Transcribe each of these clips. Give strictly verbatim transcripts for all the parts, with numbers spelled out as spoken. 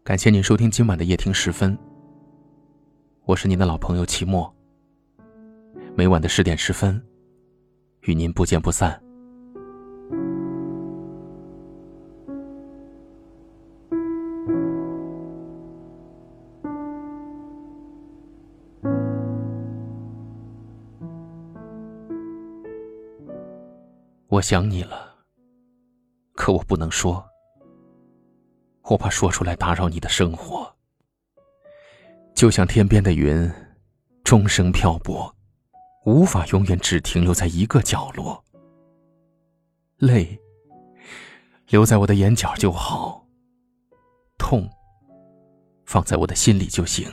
感谢您收听今晚的夜听十分，我是您的老朋友齐墨。每晚的十点十分，与您不见不散。我想你了，可我不能说，我怕说出来打扰你的生活。就像天边的云，终生漂泊，无法永远只停留在一个角落。泪留在我的眼角就好，痛放在我的心里就行。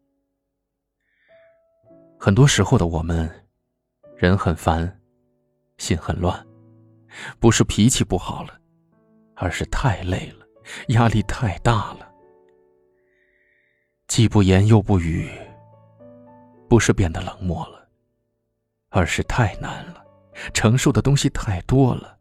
很多时候的我们，人很烦，心很乱，不是脾气不好了，而是太累了，压力太大了。既不言又不语，不是变得冷漠了，而是太难了，承受的东西太多了。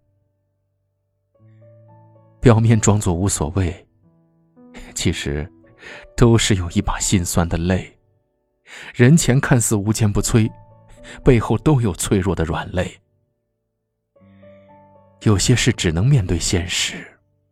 表面装作无所谓，其实都是有一把心酸的泪。人前看似无坚不摧，背后都有脆弱的软肋。有些事只能面对现实，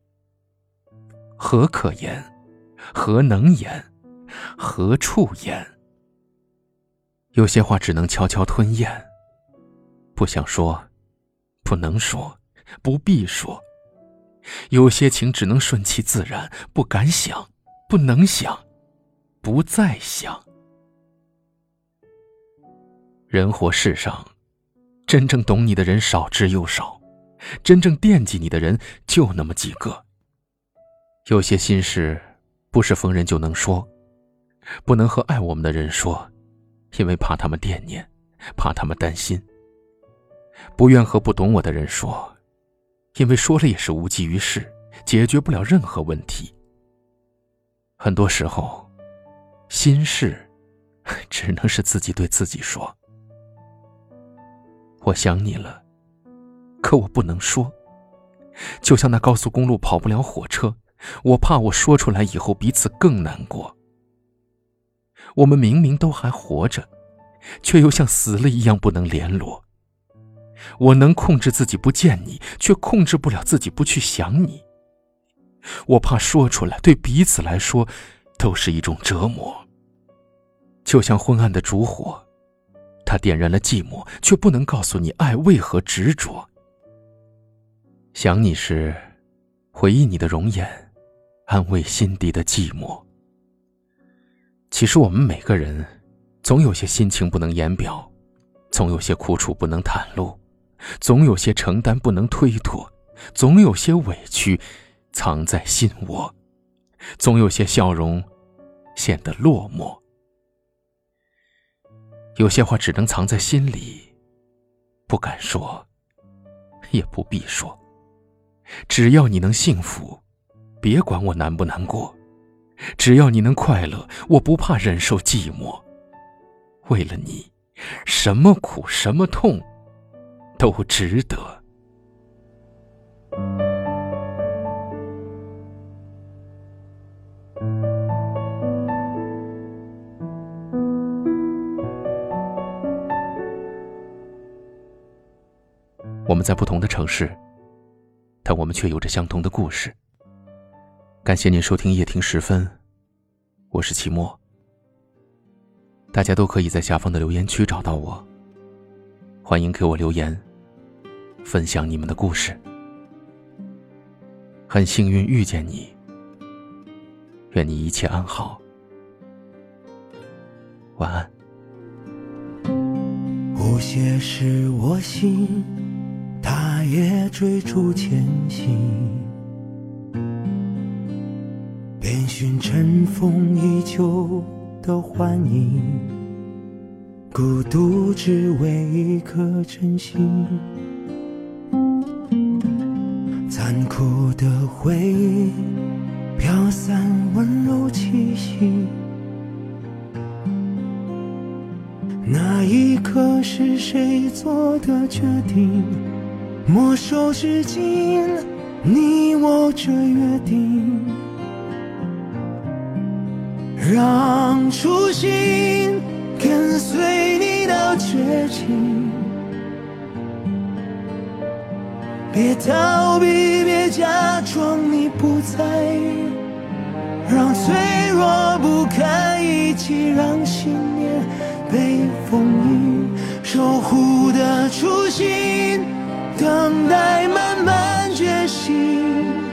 何可言，何能言，何处言？有些话只能悄悄吞咽，不想说，不能说，不必说。有些情只能顺其自然，不敢想，不能想，不再想。人活世上，真正懂你的人少之又少，真正惦记你的人就那么几个。有些心事不是逢人就能说，不能和爱我们的人说，因为怕他们惦念，怕他们担心。不愿和不懂我的人说，因为说了也是无济于事，解决不了任何问题。很多时候，心事只能是自己对自己说。我想你了，可我不能说。就像那高速公路跑不了火车，我怕我说出来以后彼此更难过。我们明明都还活着，却又像死了一样不能联络。我能控制自己不见你，却控制不了自己不去想你。我怕说出来对彼此来说都是一种折磨。就像昏暗的烛火，它点燃了寂寞，却不能告诉你爱为何执着。想你时，回忆你的容颜，安慰心底的寂寞。其实我们每个人总有些心情不能言表，总有些苦楚不能袒露，总有些承担不能推脱，总有些委屈藏在心窝，总有些笑容显得落寞。有些话只能藏在心里，不敢说，也不必说。只要你能幸福，别管我难不难过。只要你能快乐，我不怕忍受寂寞。为了你，什么苦什么痛都值得。我们在不同的城市，但我们却有着相同的故事。感谢您收听夜听十分，我是齐墨。大家都可以在下方的留言区找到我，欢迎给我留言，分享你们的故事。很幸运遇见你，愿你一切安好，晚安。 有些事我心，它也追逐前行，遍寻尘封已久的幻影，孤独只为一颗真心。残酷的回忆飘散温柔气息，那一刻是谁做的决定？墨守至今，你我这约定， 让初心跟随你到绝境，别逃避，别假装你不在意，让脆弱不堪一击，让信念被封印，守护的初心，等待慢慢觉醒。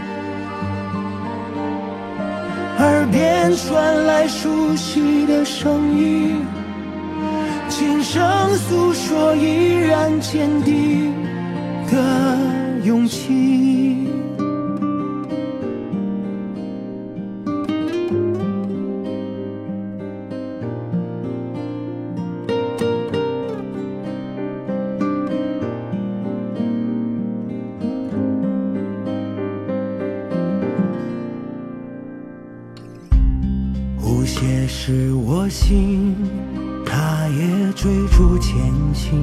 耳边传来熟悉的声音，轻声诉说依然坚定的勇气。无邪是我心，它也追逐前行，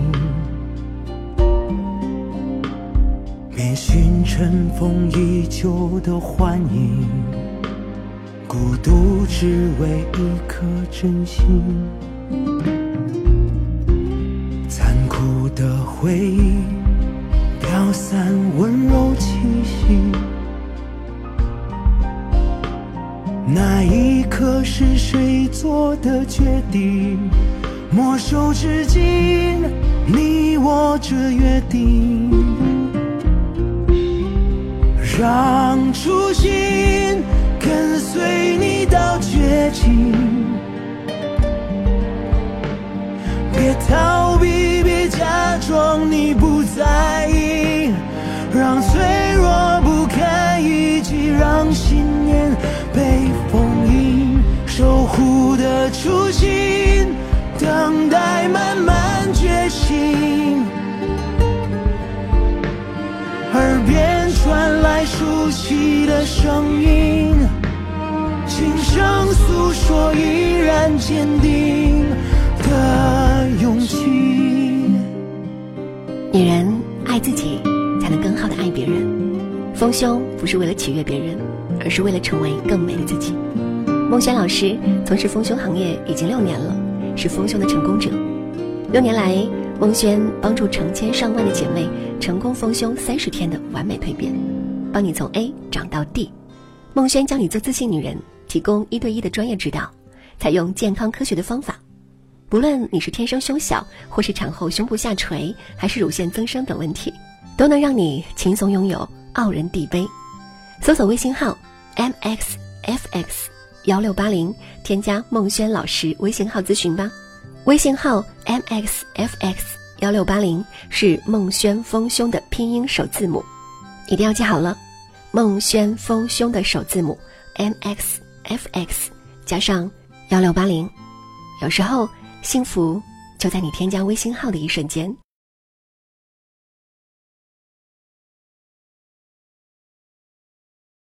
遍寻尘封已久的幻影，孤独只为一颗真心。残酷的回忆飘散温柔气息，那一刻是谁做的决定？墨守至今，你我这约定，让初心跟随你到绝境，别逃避，别假装你不在意，让脆弱不堪一击，让信念被封印，守护的初心，等待慢慢觉醒。耳边传来熟悉的声音，轻声诉说依然坚定的勇气。 女人爱自己，才能更好地爱别人。丰胸不是为了取悦别人，而是为了成为更美的自己。孟轩老师从事丰胸行业已经六年了，是丰胸的成功者。六年来，孟轩帮助成千上万的姐妹成功丰胸三十天的完美蜕变，帮你从 A 长到 D。孟轩教你做自信女人，提供一对一的专业指导，采用健康科学的方法。不论你是天生胸小，或是产后胸部下垂，还是乳腺增生等问题，都能让你轻松拥有傲人地杯。搜索微信号 M X F X 一六八零，添加孟轩老师微信号咨询吧。微信号 M X F X 一六八零是孟轩丰胸的拼音首字母，一定要记好了。孟轩丰胸的首字母 M X F X 加上一六八零。有时候幸福就在你添加微信号的一瞬间。